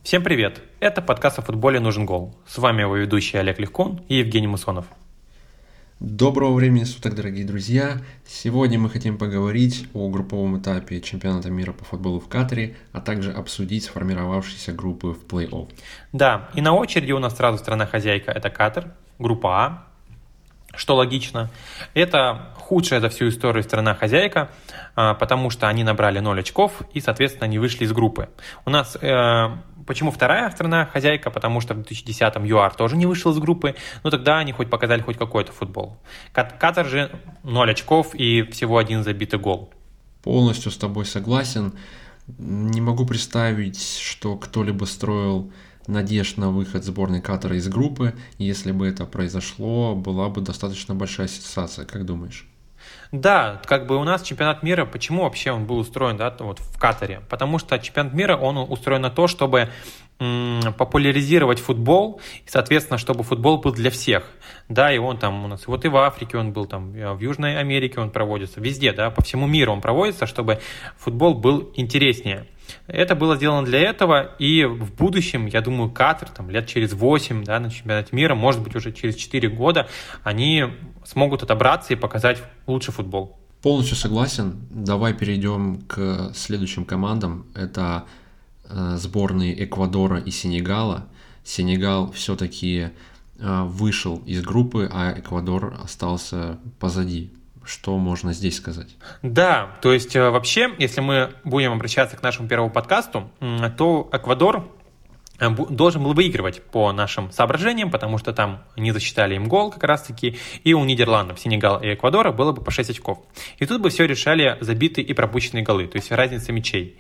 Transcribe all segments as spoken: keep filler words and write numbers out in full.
Всем привет! Это подкаст о футболе «Нужен гол». С вами его ведущий Олег Легкун и Евгений Мусонов. Доброго времени суток, дорогие друзья! Сегодня мы хотим поговорить о групповом этапе чемпионата мира по футболу в Катаре, а также обсудить сформировавшиеся группы в плей-офф. Да, и на очереди у нас сразу страна-хозяйка – это Катар, группа А, что логично. Это худшая за всю историю страна-хозяйка, потому что они набрали ноль очков и, соответственно, они вышли из группы. У нас... Э, Почему вторая страна-хозяйка? Потому что в две тысячи десятом ЮАР тоже не вышел из группы, но тогда они хоть показали хоть какой-то футбол. Катар же ноль очков и всего один забитый гол. Полностью с тобой согласен. Не могу представить, что кто-либо строил надежд на выход сборной Катара из группы. Если бы это произошло, была бы достаточно большая сенсация. Как думаешь? Да, как бы у нас чемпионат мира, почему вообще он был устроен, да, вот в Катаре? Потому что чемпионат мира, он устроен на то, чтобы м, популяризировать футбол, и, соответственно, чтобы футбол был для всех, да, и он там у нас, вот и в Африке он был, там, в Южной Америке он проводится, везде, да, по всему миру он проводится, чтобы футбол был интереснее. Это было сделано для этого, и в будущем, я думаю, Катар, там, лет через восемь, да, на чемпионате мира, может быть, уже через четыре года, они смогут отобраться и показать лучший футбол. Полностью согласен. Давай перейдем к следующим командам. Это э, сборные Эквадора и Сенегала. Сенегал все-таки э, вышел из группы, а Эквадор остался позади. Что можно здесь сказать? Да, то есть вообще, если мы будем обращаться к нашему первому подкасту, то Эквадор должен был выигрывать по нашим соображениям, потому что там не засчитали им гол как раз-таки, и у Нидерландов, Сенегала и Эквадора было бы по шесть очков. И тут бы все решали забитые и пропущенные голы, то есть разница мячей.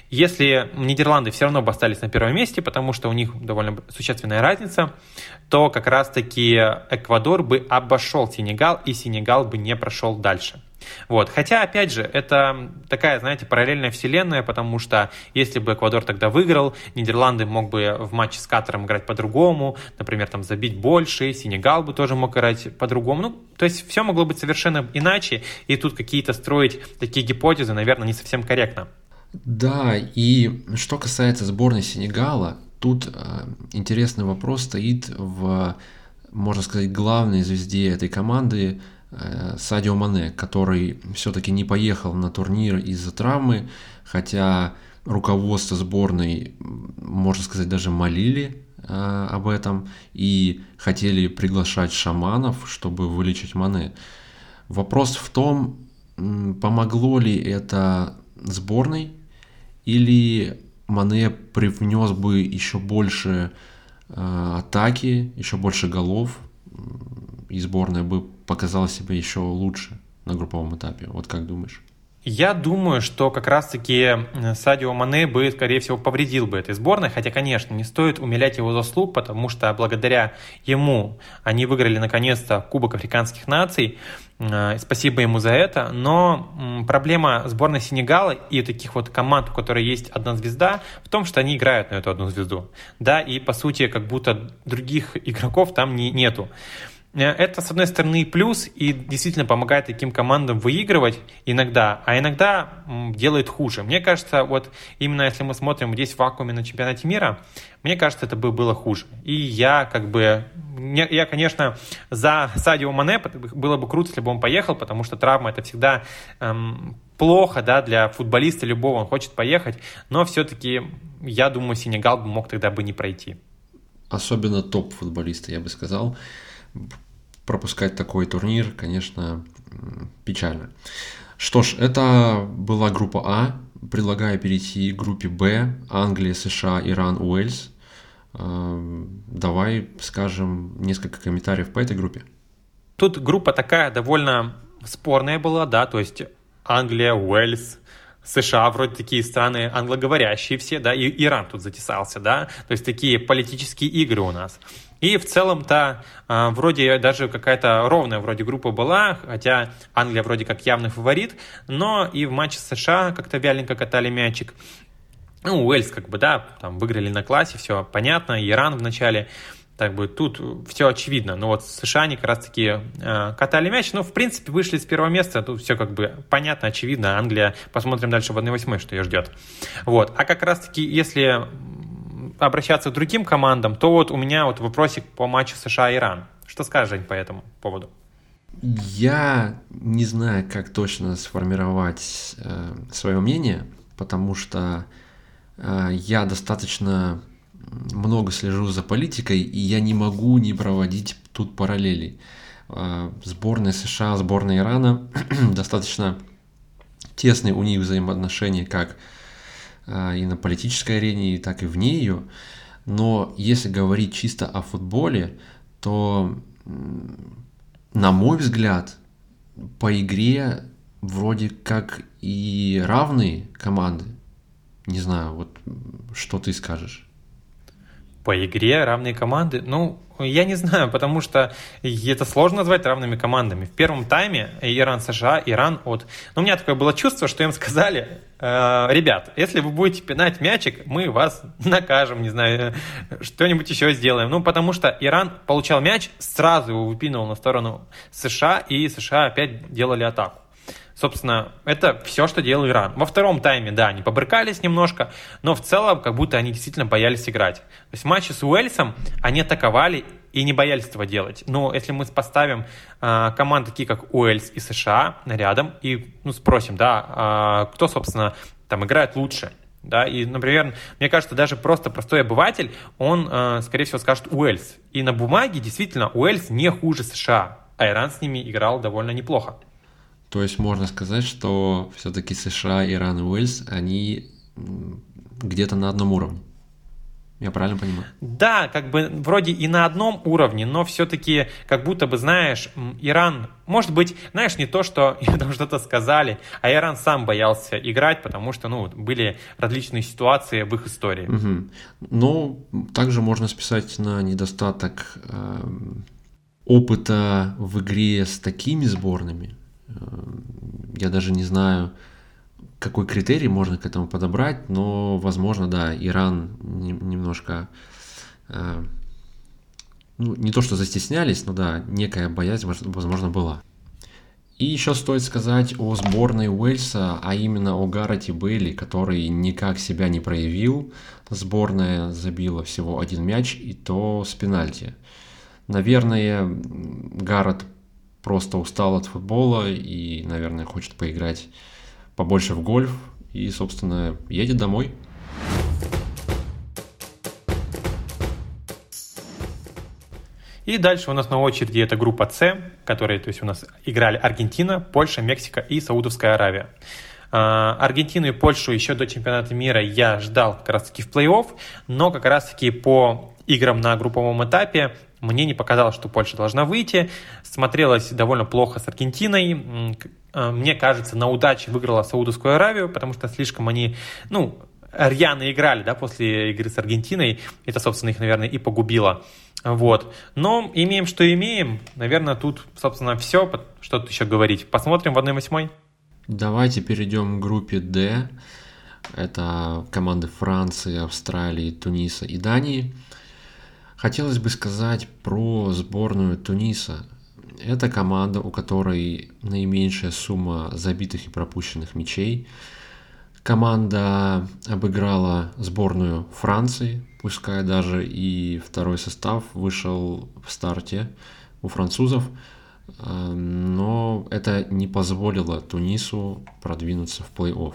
Если Нидерланды все равно бы остались на первом месте, потому что у них довольно существенная разница, то как раз-таки Эквадор бы обошел Сенегал, и Сенегал бы не прошел дальше. Вот. Хотя, опять же, это такая, знаете, параллельная вселенная, потому что если бы Эквадор тогда выиграл, Нидерланды мог бы в матче с Катаром играть по-другому, например, там забить больше, Сенегал бы тоже мог играть по-другому. Ну, то есть все могло быть совершенно иначе, и тут какие-то строить такие гипотезы, наверное, не совсем корректно. Да, и что касается сборной Сенегала, тут э, интересный вопрос стоит в, можно сказать, главной звезде этой команды, Садио Мане, который все-таки не поехал на турнир из-за травмы, хотя руководство сборной, можно сказать, даже молили э, об этом и хотели приглашать шаманов, чтобы вылечить Мане. Вопрос в том, помогло ли это сборной, или Мане привнес бы еще больше э, атаки, еще больше голов, и сборная бы показала себя еще лучше на групповом этапе. Вот как думаешь? Я думаю, что как раз-таки Садио Мане бы, скорее всего, повредил бы этой сборной, хотя, конечно, не стоит умилять его заслуг, потому что благодаря ему они выиграли наконец-то Кубок Африканских наций, спасибо ему за это, но проблема сборной Сенегала и таких вот команд, у которых есть одна звезда, в том, что они играют на эту одну звезду, да, и по сути как будто других игроков там не, нету. Это, с одной стороны, плюс и действительно помогает таким командам выигрывать иногда, а иногда делает хуже. Мне кажется, вот именно если мы смотрим здесь в вакууме на чемпионате мира, мне кажется, это бы было хуже. И я как бы, я, конечно, за Садио Мане, было бы круто, если бы он поехал, потому что травма это всегда эм, плохо, да, для футболиста любого, он хочет поехать, но все-таки, я думаю, Сенегал бы мог тогда бы не пройти. Особенно топ-футболисты, я бы сказал. Пропускать такой турнир, конечно, печально. Что ж, это была группа А. Предлагаю перейти к группе Б. Англия, США, Иран, Уэльс. Давай скажем несколько комментариев по этой группе. Тут группа такая довольно спорная была, да, то есть Англия, Уэльс, США, вроде такие страны англоговорящие все, да, и Иран тут затесался, да, то есть такие политические игры у нас. И в целом-то э, вроде даже какая-то ровная вроде группа была, хотя Англия вроде как явный фаворит, но и в матче с США как-то вяленько катали мячик. Ну, Уэльс как бы, да, там выиграли на классе, все понятно, Иран в начале, так бы тут все очевидно. Но вот США они как раз-таки э, катали мяч, ну, в принципе, вышли с первого места, тут все как бы понятно, очевидно. Англия, посмотрим дальше в одна восьмая, что ее ждет. Вот, а как раз-таки, если обращаться к другим командам, то вот у меня вот вопросик по матчу США-Иран. Что скажешь, Жень, по этому поводу? Я не знаю, как точно сформировать э, свое мнение, потому что э, я достаточно много слежу за политикой, и я не могу не проводить тут параллелей. Э, сборная США, сборная Ирана достаточно тесные у них взаимоотношения как э, и на политической арене, так и вне ее. Но если говорить чисто о футболе, то, на мой взгляд, по игре вроде как и равные команды. Не знаю, вот что ты скажешь? По игре равные команды? Ну, я не знаю, потому что это сложно назвать равными командами. В первом тайме Иран-США, Иран от... Ну, у меня такое было чувство, что им сказали: э, ребят, если вы будете пинать мячик, мы вас накажем, не знаю, что-нибудь еще сделаем. Ну, потому что Иран получал мяч, сразу его выпинывал на сторону США, и США опять делали атаку. Собственно, это все, что делал Иран. Во втором тайме, да, они побрыкались немножко, но в целом как будто они действительно боялись играть. То есть в матче с Уэльсом они атаковали и не боялись этого делать. Но если мы поставим э, команды такие, как Уэльс и США рядом, и ну, спросим, да, э, кто, собственно, там играет лучше, да, и, например, мне кажется, даже просто простой обыватель, он, э, скорее всего, скажет Уэльс. И на бумаге действительно Уэльс не хуже США, а Иран с ними играл довольно неплохо. То есть можно сказать, что все-таки США, Иран и Уэльс, они где-то на одном уровне. Я правильно понимаю? Да, как бы вроде и на одном уровне, но все-таки как будто бы, знаешь, Иран, может быть, знаешь, не то, что там что-то сказали, а Иран сам боялся играть, потому что, ну, были различные ситуации в их истории. Угу. Но также можно списать на недостаток э, опыта в игре с такими сборными. Я даже не знаю, какой критерий можно к этому подобрать, но, возможно, да, Иран немножко, э, ну, не то что застеснялись, но да, некая боязнь, возможно, была. И еще стоит сказать о сборной Уэльса, а именно о Гаррете Бейли, который никак себя не проявил. Сборная забила всего один мяч, и то с пенальти. Наверное, Гаррет просто устал от футбола и, наверное, хочет поиграть побольше в гольф и, собственно, едет домой. И дальше у нас на очереди это группа С, которая, то есть у нас играли Аргентина, Польша, Мексика и Саудовская Аравия. Аргентину и Польшу еще до чемпионата мира я ждал как раз-таки в плей-офф, но как раз-таки по играм на групповом этапе мне не показалось, что Польша должна выйти. Смотрелось довольно плохо с Аргентиной. Мне кажется, на удаче выиграла Саудовскую Аравию, потому что слишком они, ну, рьяно играли, да, после игры с Аргентиной. Это, собственно, их, наверное, и погубило. Вот. Но имеем, что имеем. Наверное, тут, собственно, все. Что тут еще говорить? Посмотрим в одна восьмая. Давайте перейдем к группе D. Это команды Франции, Австралии, Туниса и Дании. Хотелось бы сказать про сборную Туниса. Это команда, у которой наименьшая сумма забитых и пропущенных мячей. Команда обыграла сборную Франции, пускай даже и второй состав вышел в старте у французов, но это не позволило Тунису продвинуться в плей-офф.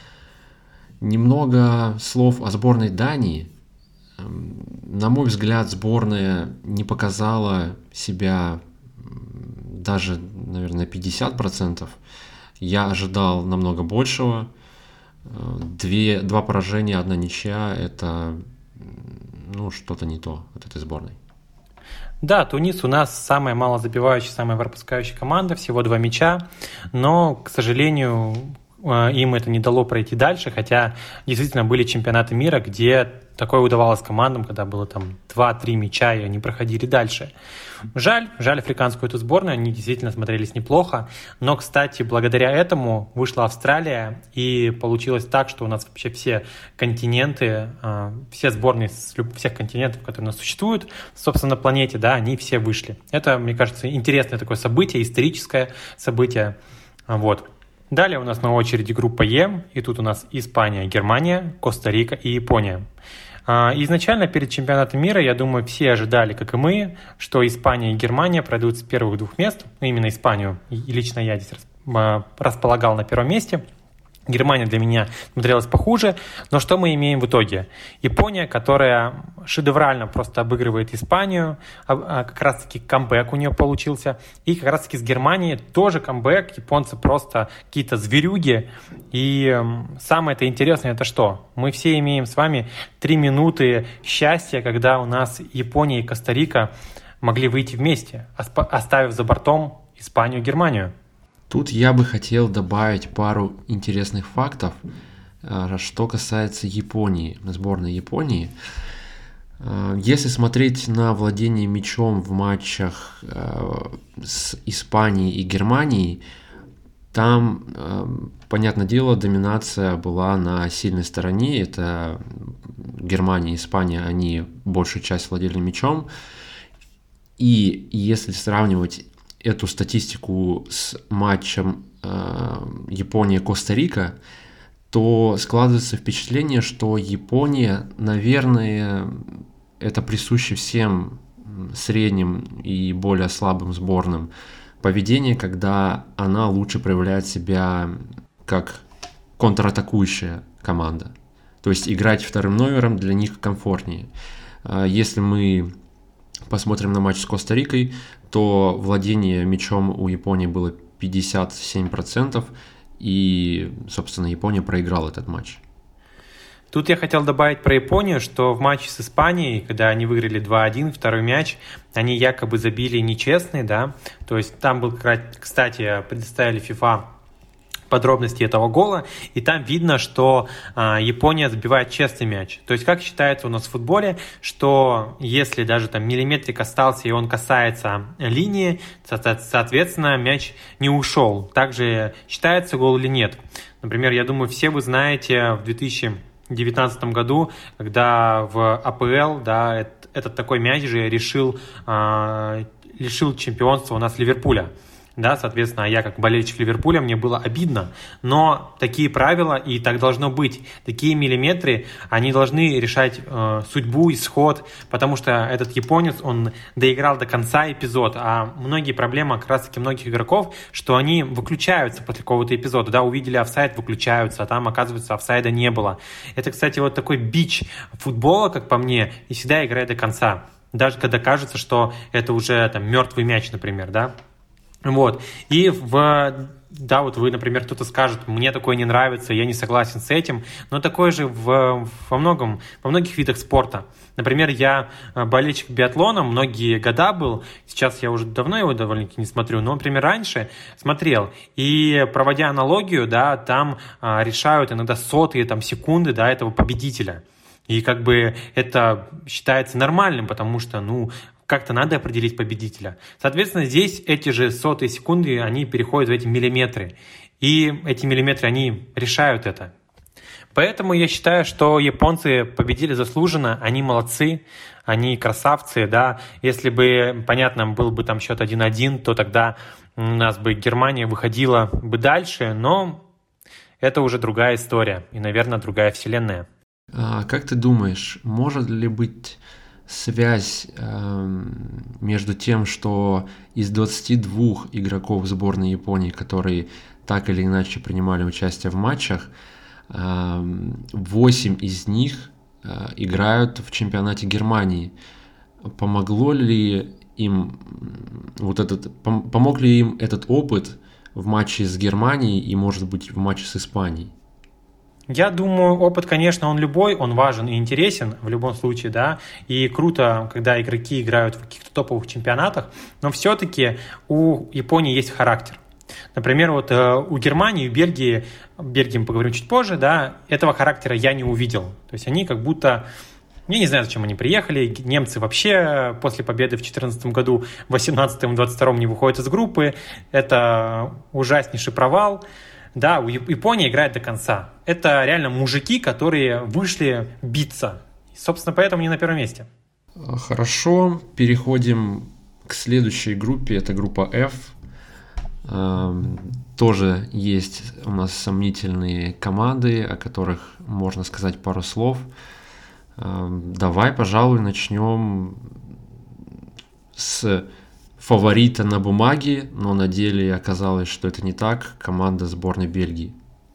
Немного слов о сборной Дании. На мой взгляд, сборная не показала себя даже, наверное, пятьдесят процентов. Я ожидал намного большего. Две, два поражения, одна ничья – это ну, что-то не то от этой сборной. Да, Тунис у нас самая малозабивающая, самая пропускающая команда, всего два мяча, но, к сожалению, им это не дало пройти дальше, хотя действительно были чемпионаты мира, где такое удавалось командам, когда было там два-три мяча, и они проходили дальше. Жаль, жаль африканскую эту сборную, они действительно смотрелись неплохо, но, кстати, благодаря этому вышла Австралия, и получилось так, что у нас вообще все континенты, все сборные всех континентов, которые у нас существуют, собственно, на планете, да, они все вышли. Это, мне кажется, интересное такое событие, историческое событие, вот. Далее у нас на очереди группа Е, и тут у нас Испания, Германия, Коста-Рика и Япония. А, Изначально перед чемпионатом мира, я думаю, все ожидали, как и мы, что Испания и Германия пройдут с первых двух мест, ну, именно Испанию, и лично я здесь располагал на первом месте. Германия для меня смотрелась похуже, но что мы имеем в итоге? Япония, которая шедеврально просто обыгрывает Испанию, как раз-таки камбэк у нее получился, и как раз-таки с Германией тоже камбэк, японцы просто какие-то зверюги, и самое это интересное это что? Мы все имеем с вами три минуты счастья, когда у нас Япония и Коста-Рика могли выйти вместе, оставив за бортом Испанию и Германию. Тут я бы хотел добавить пару интересных фактов, что касается Японии, сборной Японии. Если смотреть на владение мячом в матчах с Испанией и Германией, там, понятное дело, доминация была на сильной стороне. Это Германия и Испания, они большую часть владели мячом. И если сравнивать эту статистику с матчем э, Япония-Коста-Рика, то складывается впечатление, что Япония, наверное, это присуще всем средним и более слабым сборным поведение, когда она лучше проявляет себя как контратакующая команда. То есть играть вторым номером для них комфортнее. Если мы посмотрим на матч с Коста-Рикой, то владение мячом у Японии было пятьдесят семь процентов, и, собственно, Япония проиграла этот матч. Тут я хотел добавить про Японию, что в матче с Испанией, когда они выиграли два один, второй мяч, они якобы забили нечестный, да, то есть там был, кстати, предоставили FIFA подробности этого гола, и там видно, что а, Япония забивает честный мяч. То есть, как считается у нас в футболе, что если даже там миллиметрик остался и он касается линии, соответственно, мяч не ушел. Также считается гол или нет. Например, я думаю, все вы знаете в две тысячи девятнадцатом году, когда в АПЛ, да, этот, этот такой мяч же решил, а, лишил чемпионства у нас Ливерпуля. Да, соответственно, я как болельщик Ливерпуля, мне было обидно, но такие правила, и так должно быть. Такие миллиметры, они должны решать э, судьбу, исход, потому что этот японец, он доиграл до конца эпизод, а многие проблемы как раз-таки многих игроков, что они выключаются после какого-то эпизода, да, увидели офсайд, выключаются, а там, оказывается, офсайда не было. Это, кстати, вот такой бич футбола, как по мне, и всегда играет до конца, даже когда кажется, что это уже там мертвый мяч, например, да. Вот, и в, да, вот вы, например, кто-то скажет, мне такое не нравится, я не согласен с этим, но такое же в, во многом, во многих видах спорта. Например, я болельщик биатлона, многие года был, сейчас я уже давно его довольно-таки не смотрю, но, например, раньше смотрел, и проводя аналогию, да, там а, решают иногда сотые там, секунды, да, этого победителя. И как бы это считается нормальным, потому что, ну, как-то надо определить победителя. Соответственно, здесь эти же сотые секунды, они переходят в эти миллиметры. И эти миллиметры, они решают это. Поэтому я считаю, что японцы победили заслуженно, они молодцы, они красавцы, да. Если бы, понятно, был бы там счет один один, то тогда у нас бы Германия выходила бы дальше, но это уже другая история и, наверное, другая вселенная. А как ты думаешь, может ли быть связь э, между тем, что из двадцати двух игроков сборной Японии, которые так или иначе принимали участие в матчах, э, восемь из них э, играют в чемпионате Германии. Помогло ли им вот этот, пом- помог ли им этот опыт в матче с Германией и, может быть, в матче с Испанией? Я думаю, опыт, конечно, он любой, он важен и интересен в любом случае, да, и круто, когда игроки играют в каких-то топовых чемпионатах, но все-таки у Японии есть характер. Например, вот э, у Германии, у Бельгии, Бельгии мы поговорим чуть позже, да, этого характера я не увидел. То есть они как будто, я не знаю, зачем они приехали, немцы вообще после победы в две тысячи четырнадцатом году, в две тысячи восемнадцатом - две тысячи двадцать втором не выходят из группы, это ужаснейший провал. Да, Япония играет до конца. Это реально мужики, которые вышли биться. И, собственно, поэтому они на первом месте. Хорошо, переходим к следующей группе. Это группа F. Тоже есть у нас сомнительные команды, о которых можно сказать пару слов. Давай, пожалуй, начнем с фаворита на бумаге, но на деле оказалось, что это не так. Команда сборной Бельгии.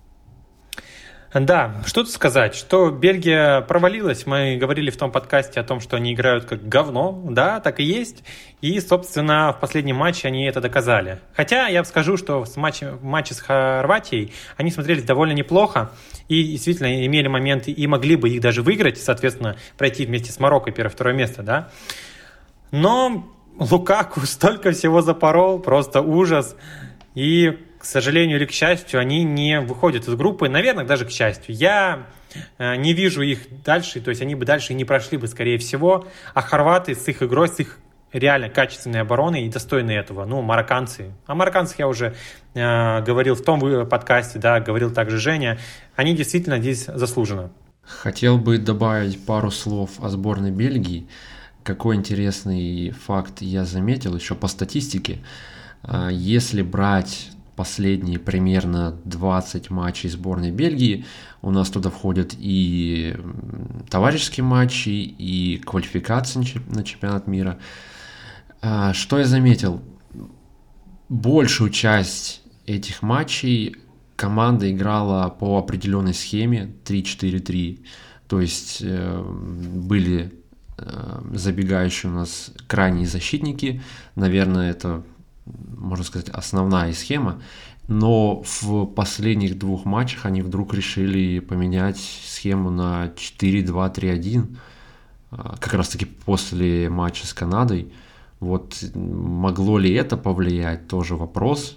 Да, что тут сказать, что Бельгия провалилась, мы говорили в том подкасте о том, что они играют как говно, да, так и есть, и, собственно, в последнем матче они это доказали. Хотя я скажу, что в матче, в матче с Хорватией они смотрелись довольно неплохо, и действительно имели моменты, и могли бы их даже выиграть, соответственно, пройти вместе с Марокко первое-второе место, да. Но Лукаку столько всего запорол, просто ужас, и... К сожалению или к счастью, они не выходят из группы. Наверное, даже к счастью. Я э, не вижу их дальше, то есть они бы дальше и не прошли бы, скорее всего. А хорваты с их игрой, с их реально качественной обороной и достойны этого. Ну, марокканцы. О марокканцах я уже э, говорил в том подкасте, да, говорил также Женя. Они действительно здесь заслуженно. Хотел бы добавить пару слов о сборной Бельгии. Какой интересный факт я заметил еще по статистике. Если брать последние примерно двадцать матчей сборной Бельгии, у нас туда входят и товарищеские матчи, и квалификации на чемпионат мира. Что я заметил? Большую часть этих матчей команда играла по определенной схеме три четыре три. То есть были забегающие у нас крайние защитники. Наверное, это, можно сказать, основная схема, но в последних двух матчах они вдруг решили поменять схему на четыре два три один, как раз таки после матча с Канадой. Вот могло ли это повлиять, тоже вопрос.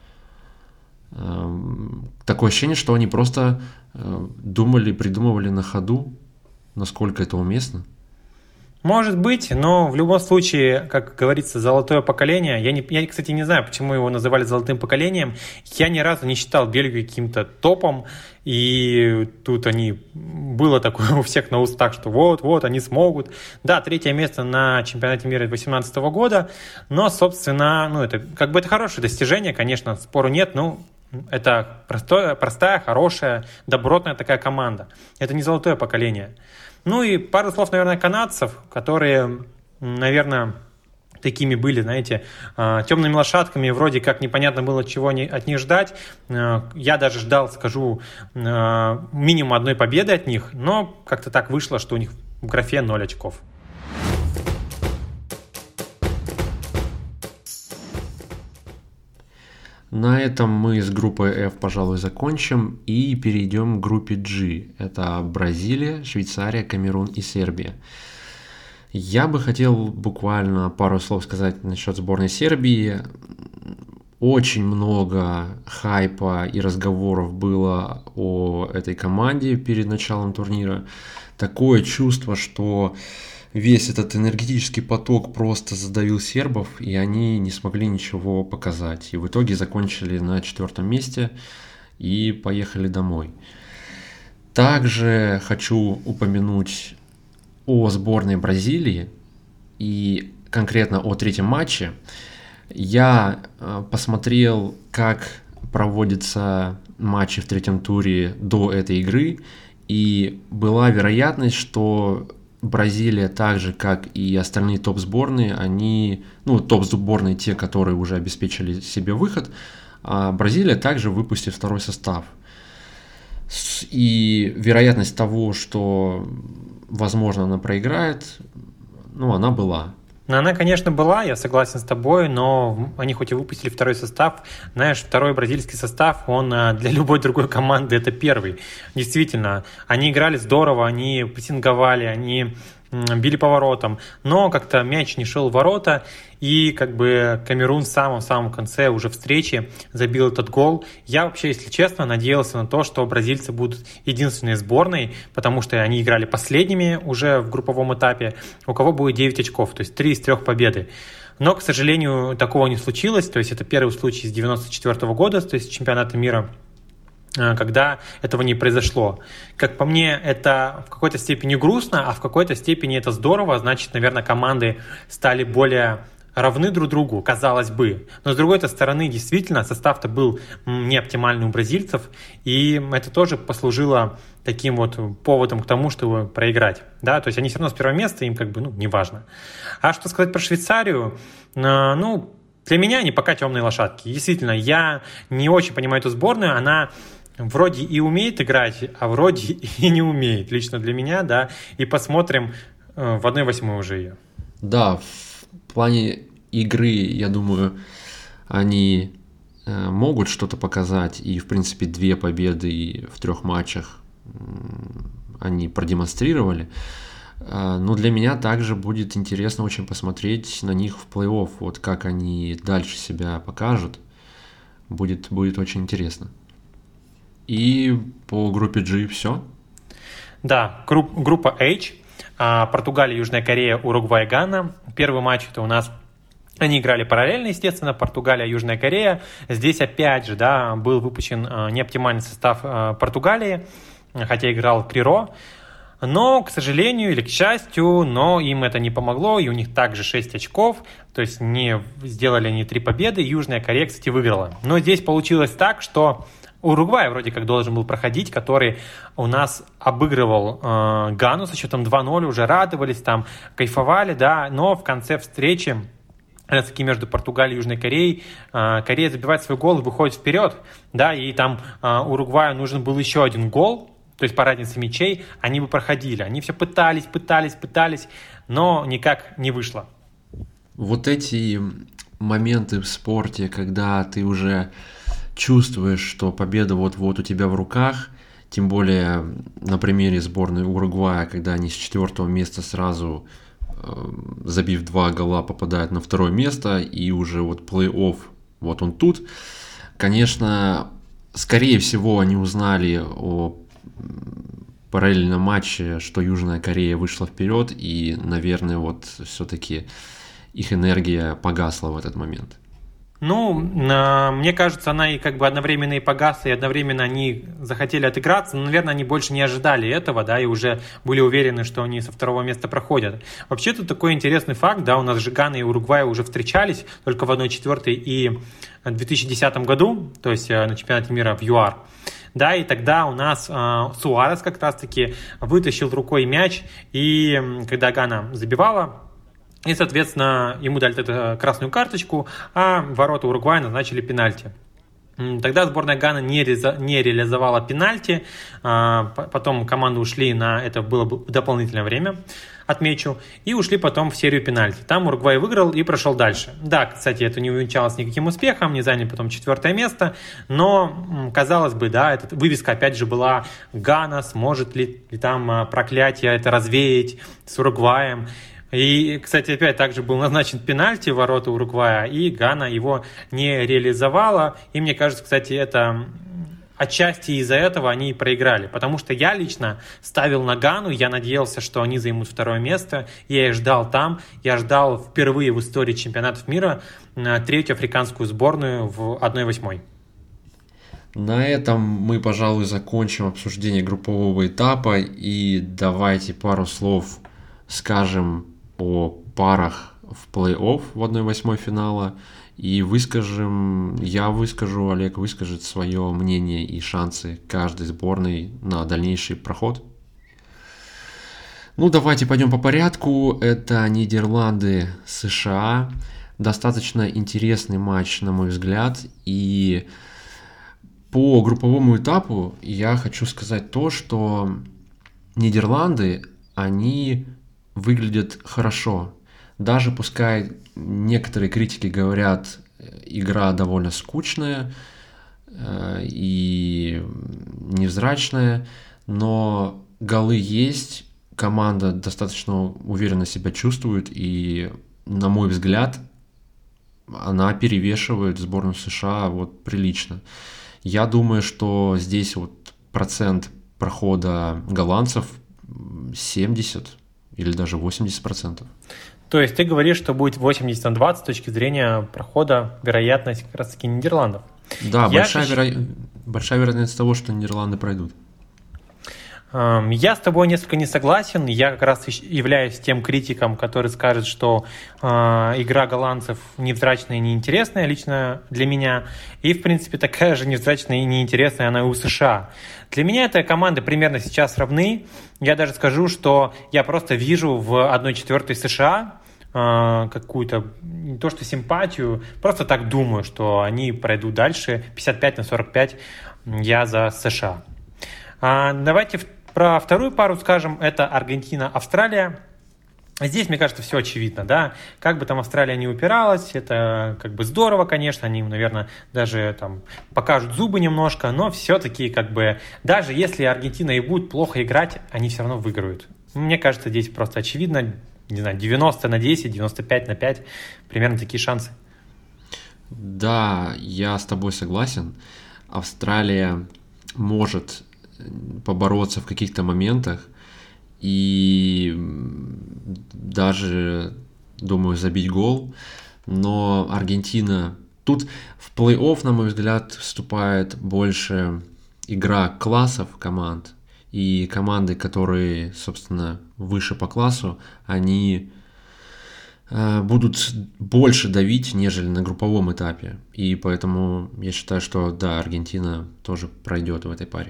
Такое ощущение, что они просто думали, придумывали на ходу, насколько это уместно. Может быть, но в любом случае, как говорится, золотое поколение. Я, не, я, кстати, не знаю, почему его называли золотым поколением. Я ни разу не считал Бельгию каким-то топом. И тут они... Было такое у всех на устах, что вот-вот, они смогут. Да, третье место на чемпионате мира две тысячи восемнадцатого года. Но, собственно, ну, это как бы это хорошее достижение, конечно, спору нет, но... Это простое, простая, хорошая, добротная такая команда. Это не золотое поколение. Ну и пару слов, наверное, канадцев, которые, наверное, такими были, знаете, темными лошадками, вроде как непонятно было, чего от них ждать. Я даже ждал, скажу, минимум одной победы от них, но как-то так вышло, что у них в графе ноль очков. На этом мы с группой F, пожалуй, закончим и перейдем к группе G. Это Бразилия, Швейцария, Камерун и Сербия. Я бы хотел буквально пару слов сказать насчет сборной Сербии. Очень много хайпа и разговоров было о этой команде перед началом турнира. Такое чувство, что весь этот энергетический поток просто задавил сербов, и они не смогли ничего показать. И в итоге закончили на четвертом месте и поехали домой. Также хочу упомянуть о сборной Бразилии и конкретно о третьем матче. Я посмотрел, как проводятся матчи в третьем туре до этой игры, и была вероятность, что Бразилия, так же как и остальные топ-сборные, они, ну, топ-сборные, те, которые уже обеспечили себе выход, а Бразилия также выпустит второй состав. И вероятность того, что, возможно, она проиграет, ну, она была. Ну, она, конечно, была, я согласен с тобой, но они хоть и выпустили второй состав, знаешь, второй бразильский состав, он для любой другой команды это первый. Действительно, они играли здорово, они прессинговали, они били по воротам, но как-то мяч не шел в ворота, и как бы Камерун в самом-самом конце уже встречи забил этот гол. Я вообще, если честно, надеялся на то, что бразильцы будут единственной сборной, потому что они играли последними уже в групповом этапе, у кого будет девять очков, то есть три из трех победы. Но, к сожалению, такого не случилось, то есть это первый случай с девяносто четвёртого года, то есть чемпионата мира, когда этого не произошло. Как по мне, это в какой-то степени грустно, а в какой-то степени это здорово. Значит, наверное, команды стали более равны друг другу, казалось бы. Но с другой стороны, действительно, состав-то был не оптимальный у бразильцев, и это тоже послужило таким вот поводом к тому, чтобы проиграть. Да? То есть они все равно с первого места, им как бы, ну, неважно. А что сказать про Швейцарию? Ну, для меня они пока темные лошадки. Действительно, я не очень понимаю эту сборную, она вроде и умеет играть, а вроде и не умеет, лично для меня, да, и посмотрим в одна восьмая уже ее. Да, в плане игры, я думаю, они э, могут что-то показать, и, в принципе, две победы в трех матчах э, они продемонстрировали. Э, но для меня также будет интересно очень посмотреть на них в плей-офф, вот как они дальше себя покажут. Будет, будет очень интересно. И по группе G все? Да, групп, группа H. Португалия, Южная Корея, Уругвай, Гана. Первый матч это у нас, они играли параллельно, естественно, Португалия, Южная Корея. Здесь опять же, да, был выпущен неоптимальный состав Португалии, хотя играл Криро. Но, к сожалению или к счастью, но им это не помогло, и у них также шесть очков, то есть не сделали они три победы. Южная Корея, кстати, выиграла. Но здесь получилось так, что Уругвай вроде как должен был проходить, который у нас обыгрывал э, Гану со счетом два ноль, уже радовались, там кайфовали, да, но в конце встречи, раз-таки между Португалией и Южной Кореей, э, Корея забивает свой гол и выходит вперед, да, и там э, Уругваю нужен был еще один гол, то есть по разнице мячей, они бы проходили, они все пытались, пытались, пытались, но никак не вышло. Вот эти моменты в спорте, когда ты уже чувствуешь, что победа вот-вот у тебя в руках, тем более на примере сборной Уругвая, когда они с четвертого места сразу, э, забив два гола, попадают на второе место, и уже вот плей-офф, вот он тут. Конечно, скорее всего, они узнали о параллельном матче, что Южная Корея вышла вперед, и, наверное, вот все-таки их энергия погасла в этот момент. Ну, мне кажется, она и как бы одновременно и погасла, и одновременно они захотели отыграться, но, наверное, они больше не ожидали этого, да, и уже были уверены, что они со второго места проходят. Вообще, тут такой интересный факт, да, у нас же Гана и Уругвай уже встречались только в одна четвертая и в две тысячи десятом году, то есть на чемпионате мира в ЮАР. Да, и тогда у нас э, Суарес как раз-таки вытащил рукой мяч, и когда Гана забивала, и, соответственно, ему дали эту красную карточку, а ворота Уругвая назначили пенальти. Тогда сборная Ганы не, реза, не реализовала пенальти, потом команды ушли на, это было дополнительное время, отмечу, и ушли потом в серию пенальти. Там Уругвай выиграл и прошел дальше. Да, кстати, это не увенчалось никаким успехом, не заняли потом четвертое место, но, казалось бы, да, эта вывеска опять же была Гана, сможет ли, ли там проклятие это развеять с Уругваем. И, кстати, опять также был назначен пенальти в ворота Уругвая, и Гана его не реализовала. И мне кажется, кстати, это отчасти из-за этого они и проиграли. Потому что я лично ставил на Гану, я надеялся, что они займут второе место. Я и ждал там, я ждал впервые в истории чемпионатов мира третью африканскую сборную в одна восьмая. На этом мы, пожалуй, закончим обсуждение группового этапа. И давайте пару слов скажем о парах в плей-офф в одна восьмая финала и выскажем, я выскажу, Олег выскажет свое мнение и шансы каждой сборной на дальнейший проход. Ну, давайте пойдем по порядку. Это Нидерланды, США. Достаточно интересный матч, на мой взгляд. И по групповому этапу я хочу сказать то, что Нидерланды, они выглядят хорошо. Даже пускай некоторые критики говорят, игра довольно скучная э, и невзрачная, но голы есть, команда достаточно уверенно себя чувствует, и, на мой взгляд, она перевешивает сборную США вот прилично. Я думаю, что здесь вот процент прохода голландцев семьдесят или даже восемьдесят процентов. То есть ты говоришь, что будет восемьдесят на двадцать с точки зрения прохода, вероятность как раз таки Нидерландов. Да, большая, веро... большая вероятность того, что Нидерланды пройдут. Я с тобой несколько не согласен. Я как раз являюсь тем критиком, который скажет, что э, игра голландцев невзрачная и неинтересная лично для меня. И, в принципе, такая же невзрачная и неинтересная она и у США. Для меня эта команда примерно сейчас равны. Я даже скажу, что я просто вижу в одной четвертой США э, какую-то, не то что симпатию, просто так думаю, что они пройдут дальше. пятьдесят пять на сорок пять я за США. А, давайте про вторую пару скажем, это Аргентина-Австралия. Здесь, мне кажется, все очевидно, да, как бы там Австралия не упиралась, это как бы здорово, конечно, они, наверное, даже там покажут зубы немножко, но все-таки как бы, даже если Аргентина и будет плохо играть, они все равно выиграют. Мне кажется, здесь просто очевидно, не знаю, девяносто на десять, девяносто пять на пять, примерно такие шансы. Да, я с тобой согласен. Австралия может побороться в каких-то моментах и даже, думаю, забить гол, но Аргентина... Тут в плей-офф, на мой взгляд, вступает больше игра классов команд, и команды, которые, собственно, выше по классу, они будут больше давить, нежели на групповом этапе, и поэтому я считаю, что да, Аргентина тоже пройдет в этой паре.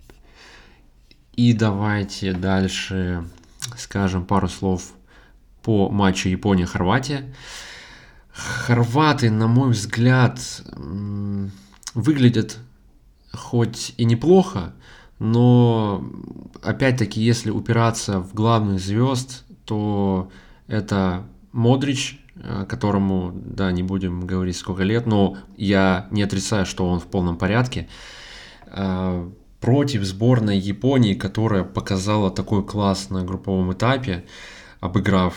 И давайте дальше скажем пару слов по матчу Япония-Хорватия. Хорваты, на мой взгляд, выглядят хоть и неплохо, но опять-таки, если упираться в главных звезд, то это Модрич, которому, да, не будем говорить сколько лет, но я не отрицаю, что он в полном порядке. Против сборной Японии, которая показала такой класс на групповом этапе, обыграв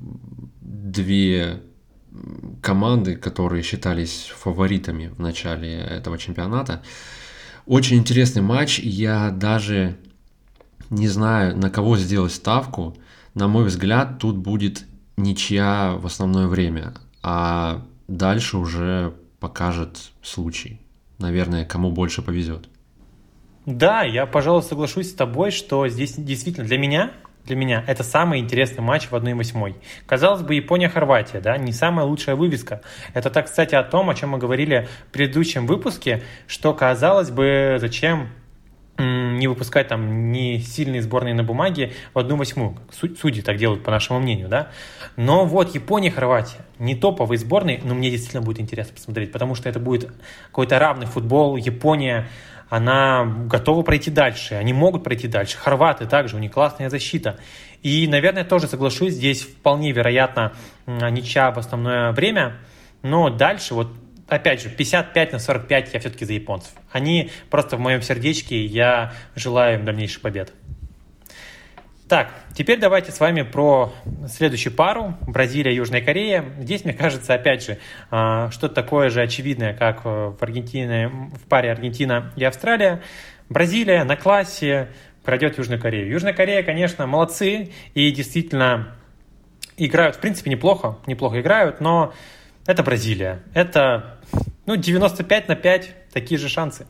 две команды, которые считались фаворитами в начале этого чемпионата. Очень интересный матч, я даже не знаю, на кого сделать ставку. На мой взгляд, тут будет ничья в основное время, а дальше уже покажет случай. Наверное, кому больше повезет. Да, я, пожалуй, соглашусь с тобой, что здесь действительно для меня, для меня это самый интересный матч в одна восьмая. Казалось бы, Япония-Хорватия, да, не самая лучшая вывеска. Это так, кстати, о том, о чем мы говорили в предыдущем выпуске, что, казалось бы, зачем не выпускать там не сильные сборные на бумаге в одну восьмую. Судьи так делают, по нашему мнению, да. Но вот Япония, Хорватия, не топовые сборные, но мне действительно будет интересно посмотреть, потому что это будет какой-то равный футбол. Япония, она готова пройти дальше, они могут пройти дальше. Хорваты также, у них классная защита. И, наверное, тоже соглашусь, здесь вполне вероятно ничья в основное время, но дальше вот опять же, пятьдесят пять на сорок пять я все-таки за японцев. Они просто в моем сердечке, я желаю им дальнейших побед. Так, теперь давайте с вами про следующую пару. Бразилия, Южная Корея. Здесь, мне кажется, опять же, что-то такое же очевидное, как в Аргентине, в паре Аргентина и Австралия. Бразилия на классе пройдет Южную Корею. Южная Корея, конечно, молодцы и действительно играют, в принципе, неплохо, неплохо играют, но это Бразилия. Это, ну, девяносто пять на пять, такие же шансы.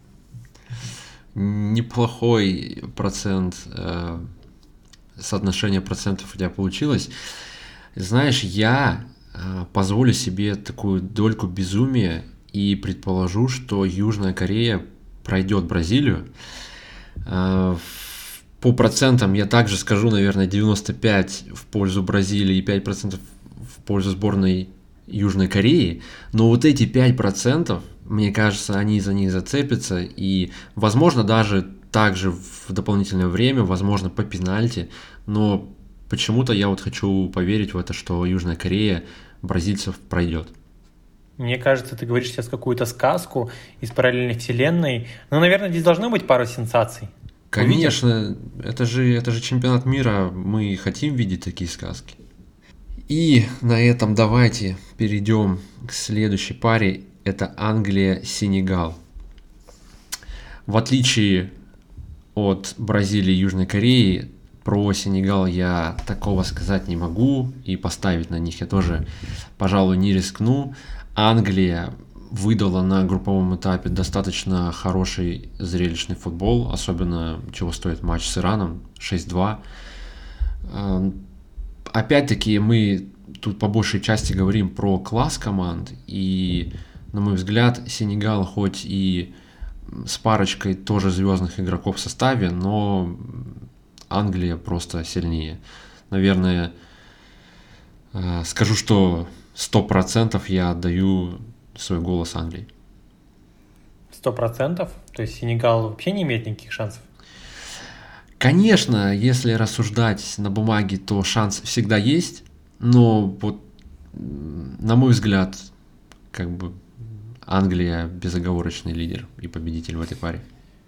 Неплохой процент, э, соотношение процентов у тебя получилось. Знаешь, я э, позволю себе такую дольку безумия и предположу, что Южная Корея пройдет Бразилию. Э, по процентам я также скажу, наверное, девяносто пять в пользу Бразилии и пять процентов в пользу сборной Южной Кореи, но вот эти пять процентов, мне кажется, они за них зацепятся, и, возможно, даже также в дополнительное время, возможно, по пенальти, но почему-то я вот хочу поверить в это, что Южная Корея бразильцев пройдет. Мне кажется, ты говоришь сейчас какую-то сказку из параллельной вселенной, но, наверное, здесь должно быть пара сенсаций. Конечно, это же, это же чемпионат мира, мы хотим видеть такие сказки. И на этом давайте перейдем к следующей паре. Это Англия-Сенегал. В отличие от Бразилии и Южной Кореи, про Сенегал я такого сказать не могу. И поставить на них я тоже, пожалуй, не рискну. Англия выдала на групповом этапе достаточно хороший зрелищный футбол, особенно чего стоит матч с Ираном шесть-два. Опять-таки мы тут по большей части говорим про класс команд, и, на мой взгляд, Сенегал хоть и с парочкой тоже звездных игроков в составе, но Англия просто сильнее. Наверное, скажу, что сто процентов я отдаю свой голос Англии. Сто процентов? То есть Сенегал вообще не имеет никаких шансов? Конечно, если рассуждать на бумаге, то шанс всегда есть, но вот, на мой взгляд, как бы Англия безоговорочный лидер и победитель в этой паре.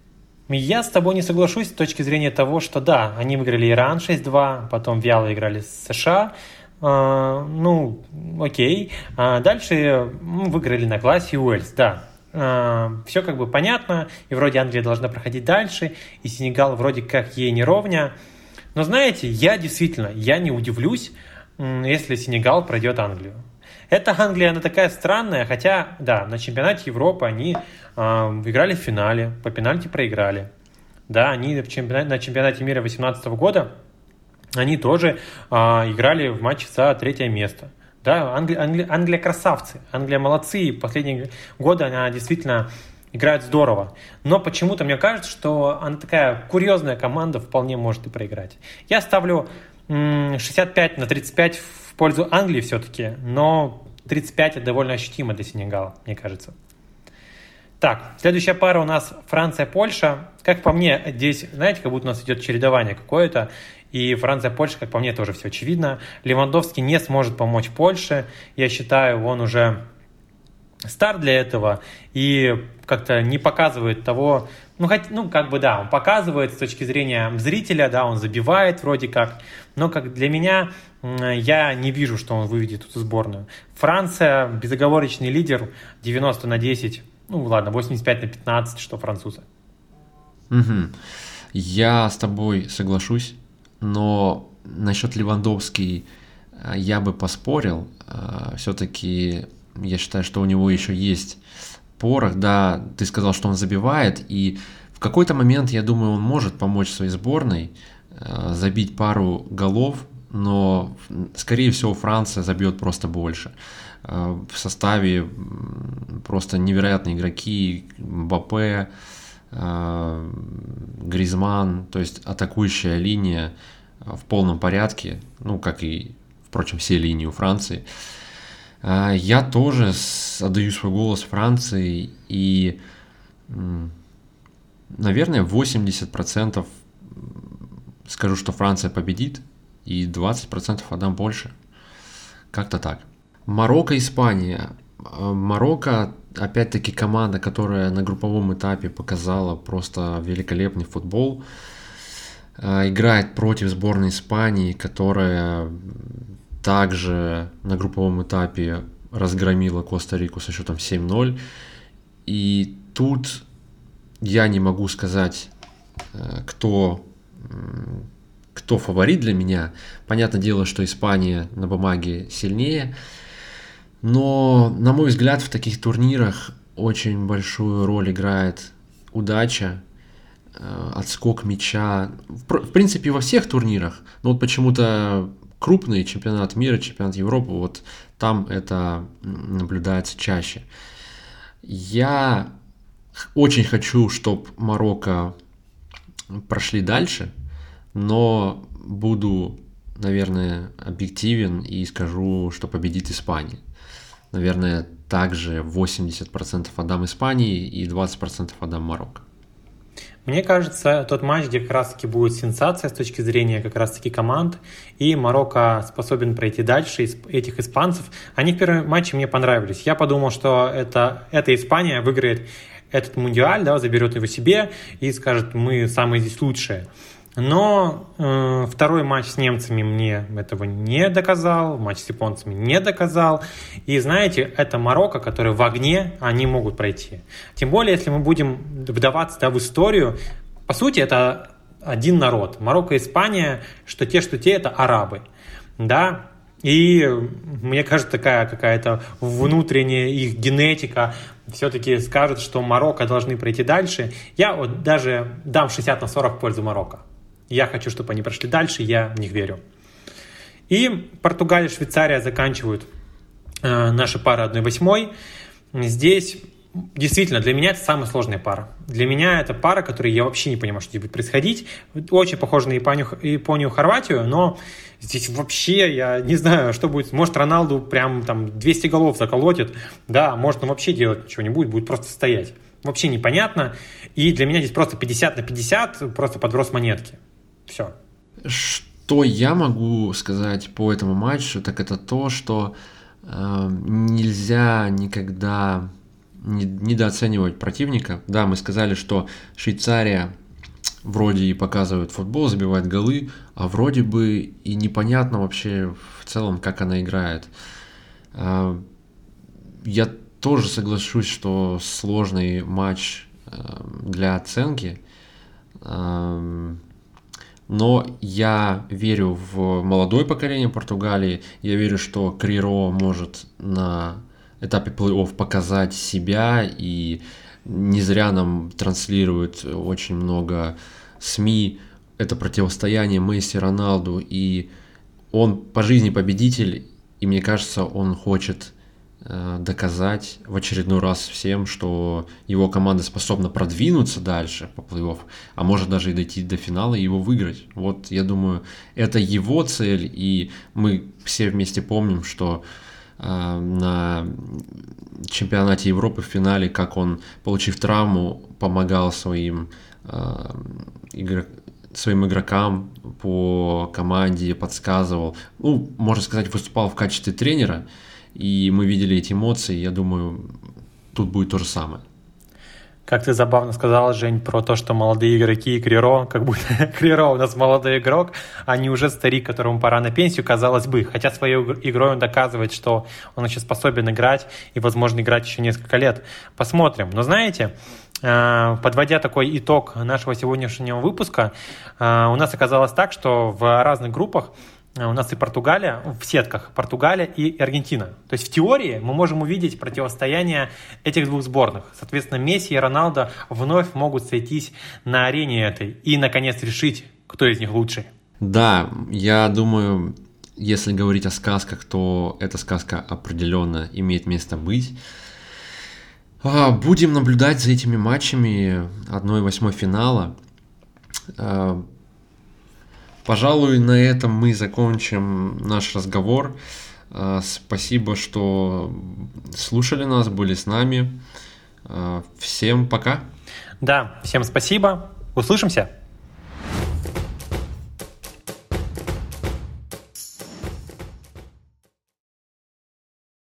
Я с тобой не соглашусь с точки зрения того, что да, они выиграли Иран шесть-два, потом вяло играли с США, э, ну, окей. А дальше ну, выиграли на классе Уэльс, да. Э, все как бы понятно, и вроде Англия должна проходить дальше, и Сенегал вроде как ей не ровня. Но знаете, я действительно, я не удивлюсь, если Сенегал пройдет Англию. Эта Англия, она такая странная, хотя, да, на чемпионате Европы они э, играли в финале, по пенальти проиграли. Да, они в чемпионате, на чемпионате мира две тысячи восемнадцатого года, они тоже э, играли в матче за третье место. Да, Англи, Англи, Англия красавцы, Англия молодцы, и последние годы она действительно играет здорово. Но почему-то мне кажется, что она такая курьезная команда, вполне может и проиграть. Я ставлю м, шестьдесят пять на тридцать пять в пользу Англии все-таки, но тридцать пять это довольно ощутимо для Сенегала, мне кажется. Так, следующая пара у нас Франция-Польша. Как по мне, здесь, знаете, как будто у нас идет чередование какое-то. И Франция-Польша, как по мне, тоже все очевидно. Левандовский не сможет помочь Польше. Я считаю, он уже стар для этого и как-то не показывает того, ну, хоть, ну, как бы, да, он показывает с точки зрения зрителя, да, он забивает вроде как, но как для меня я не вижу, что он выведет эту сборную. Франция безоговорочный лидер, девяносто на десять, ну, ладно, восемьдесят пять на пятнадцать, что французы. Угу. Я с тобой соглашусь, но насчет Левандовский я бы поспорил, все-таки я считаю, что у него еще есть порох, да, ты сказал, что он забивает, и в какой-то момент, я думаю, он может помочь своей сборной э, забить пару голов, но, скорее всего, Франция забьет просто больше. Э, в составе просто невероятные игроки, Мбаппе, э, Гризманн, то есть атакующая линия в полном порядке, ну, как и, впрочем, все линии у Франции. Я тоже отдаю свой голос Франции, и, наверное, восемьдесят процентов скажу, что Франция победит, и двадцать процентов отдам больше. Как-то так. Марокко, Испания. Марокко, опять-таки, команда, которая на групповом этапе показала просто великолепный футбол. Играет против сборной Испании, которая также на групповом этапе разгромила Коста-Рику со счетом семь ноль. И тут я не могу сказать, кто, кто фаворит для меня. Понятное дело, что Испания на бумаге сильнее. Но, на мой взгляд, в таких турнирах очень большую роль играет удача, отскок мяча. В принципе, во всех турнирах. Но вот почему-то крупный чемпионат мира, чемпионат Европы, вот там это наблюдается чаще. Я очень хочу, чтобы Марокко прошли дальше, но буду, наверное, объективен и скажу, что победит Испания. Наверное, также восемьдесят процентов отдам Испании и двадцать процентов отдам Марокко. Мне кажется, тот матч, где как раз-таки будет сенсация с точки зрения как раз-таки команд, и Марокко способен пройти дальше этих испанцев. Они в первом матче мне понравились. Я подумал, что это, эта Испания выиграет этот мундиаль, да, заберет его себе и скажет, мы самые здесь лучшие. Но э, второй матч с немцами мне этого не доказал, матч с японцами не доказал. И знаете, это Марокко, который в огне, они могут пройти. Тем более, если мы будем вдаваться, да, в историю, по сути, это один народ. Марокко и Испания, что те, что те, это арабы. Да? И мне кажется, такая какая-то внутренняя их генетика все-таки скажут, что Марокко должны пройти дальше. Я вот даже дам шестьдесят на сорок в пользу Марокко. Я хочу, чтобы они прошли дальше, я в них верю. И Португалия, Швейцария заканчивают э, наши пары одна восьмой. Здесь действительно для меня это самая сложная пара. Для меня это пара, которую я вообще не понимаю, что здесь будет происходить. Очень похоже на Японию, Японию, Хорватию, но здесь вообще я не знаю, что будет. Может, Роналду прям там двести голов заколотит, да, может, он вообще делать ничего не будет, будет просто стоять. Вообще непонятно. И для меня здесь просто пятьдесят на пятьдесят, просто подброс монетки. Все. Что я могу сказать по этому матчу, так это то, что э, нельзя никогда не, недооценивать противника. Да, мы сказали, что Швейцария вроде и показывает футбол, забивает голы, а вроде бы и непонятно вообще в целом, как она играет. Э, я тоже соглашусь, что сложный матч э, для оценки. Э, Но я верю в молодое поколение Португалии. Я верю, что Криро может на этапе плей-офф показать себя. И не зря нам транслируют очень много СМИ это противостояние Месси, Роналду. И он по жизни победитель. И мне кажется, он хочет доказать в очередной раз всем, что его команда способна продвинуться дальше по плей-офф, а может даже и дойти до финала и его выиграть. Вот, я думаю, это его цель, и мы все вместе помним, что э, на чемпионате Европы в финале, как он, получив травму, помогал своим, э, игрок, своим игрокам по команде, подсказывал, ну, можно сказать, выступал в качестве тренера. И мы видели эти эмоции, я думаю, тут будет то же самое. Как ты забавно сказал, Жень, про то, что молодые игроки и Криро, как будто Криро у нас молодой игрок, а не уже старик, которому пора на пенсию, казалось бы. Хотя своей игрой он доказывает, что он еще способен играть и, возможно, играть еще несколько лет. Посмотрим. Но знаете, подводя такой итог нашего сегодняшнего выпуска, у нас оказалось так, что в разных группах у нас и Португалия, в сетках Португалия и Аргентина. То есть в теории мы можем увидеть противостояние этих двух сборных. Соответственно, Месси и Роналдо вновь могут сойтись на арене этой и, наконец, решить, кто из них лучший. Да, я думаю, если говорить о сказках, то эта сказка определенно имеет место быть. Будем наблюдать за этими матчами одна восьмая финала. Пожалуй, на этом мы закончим наш разговор. Спасибо, что слушали нас, были с нами. Всем пока. Да, всем спасибо. Услышимся.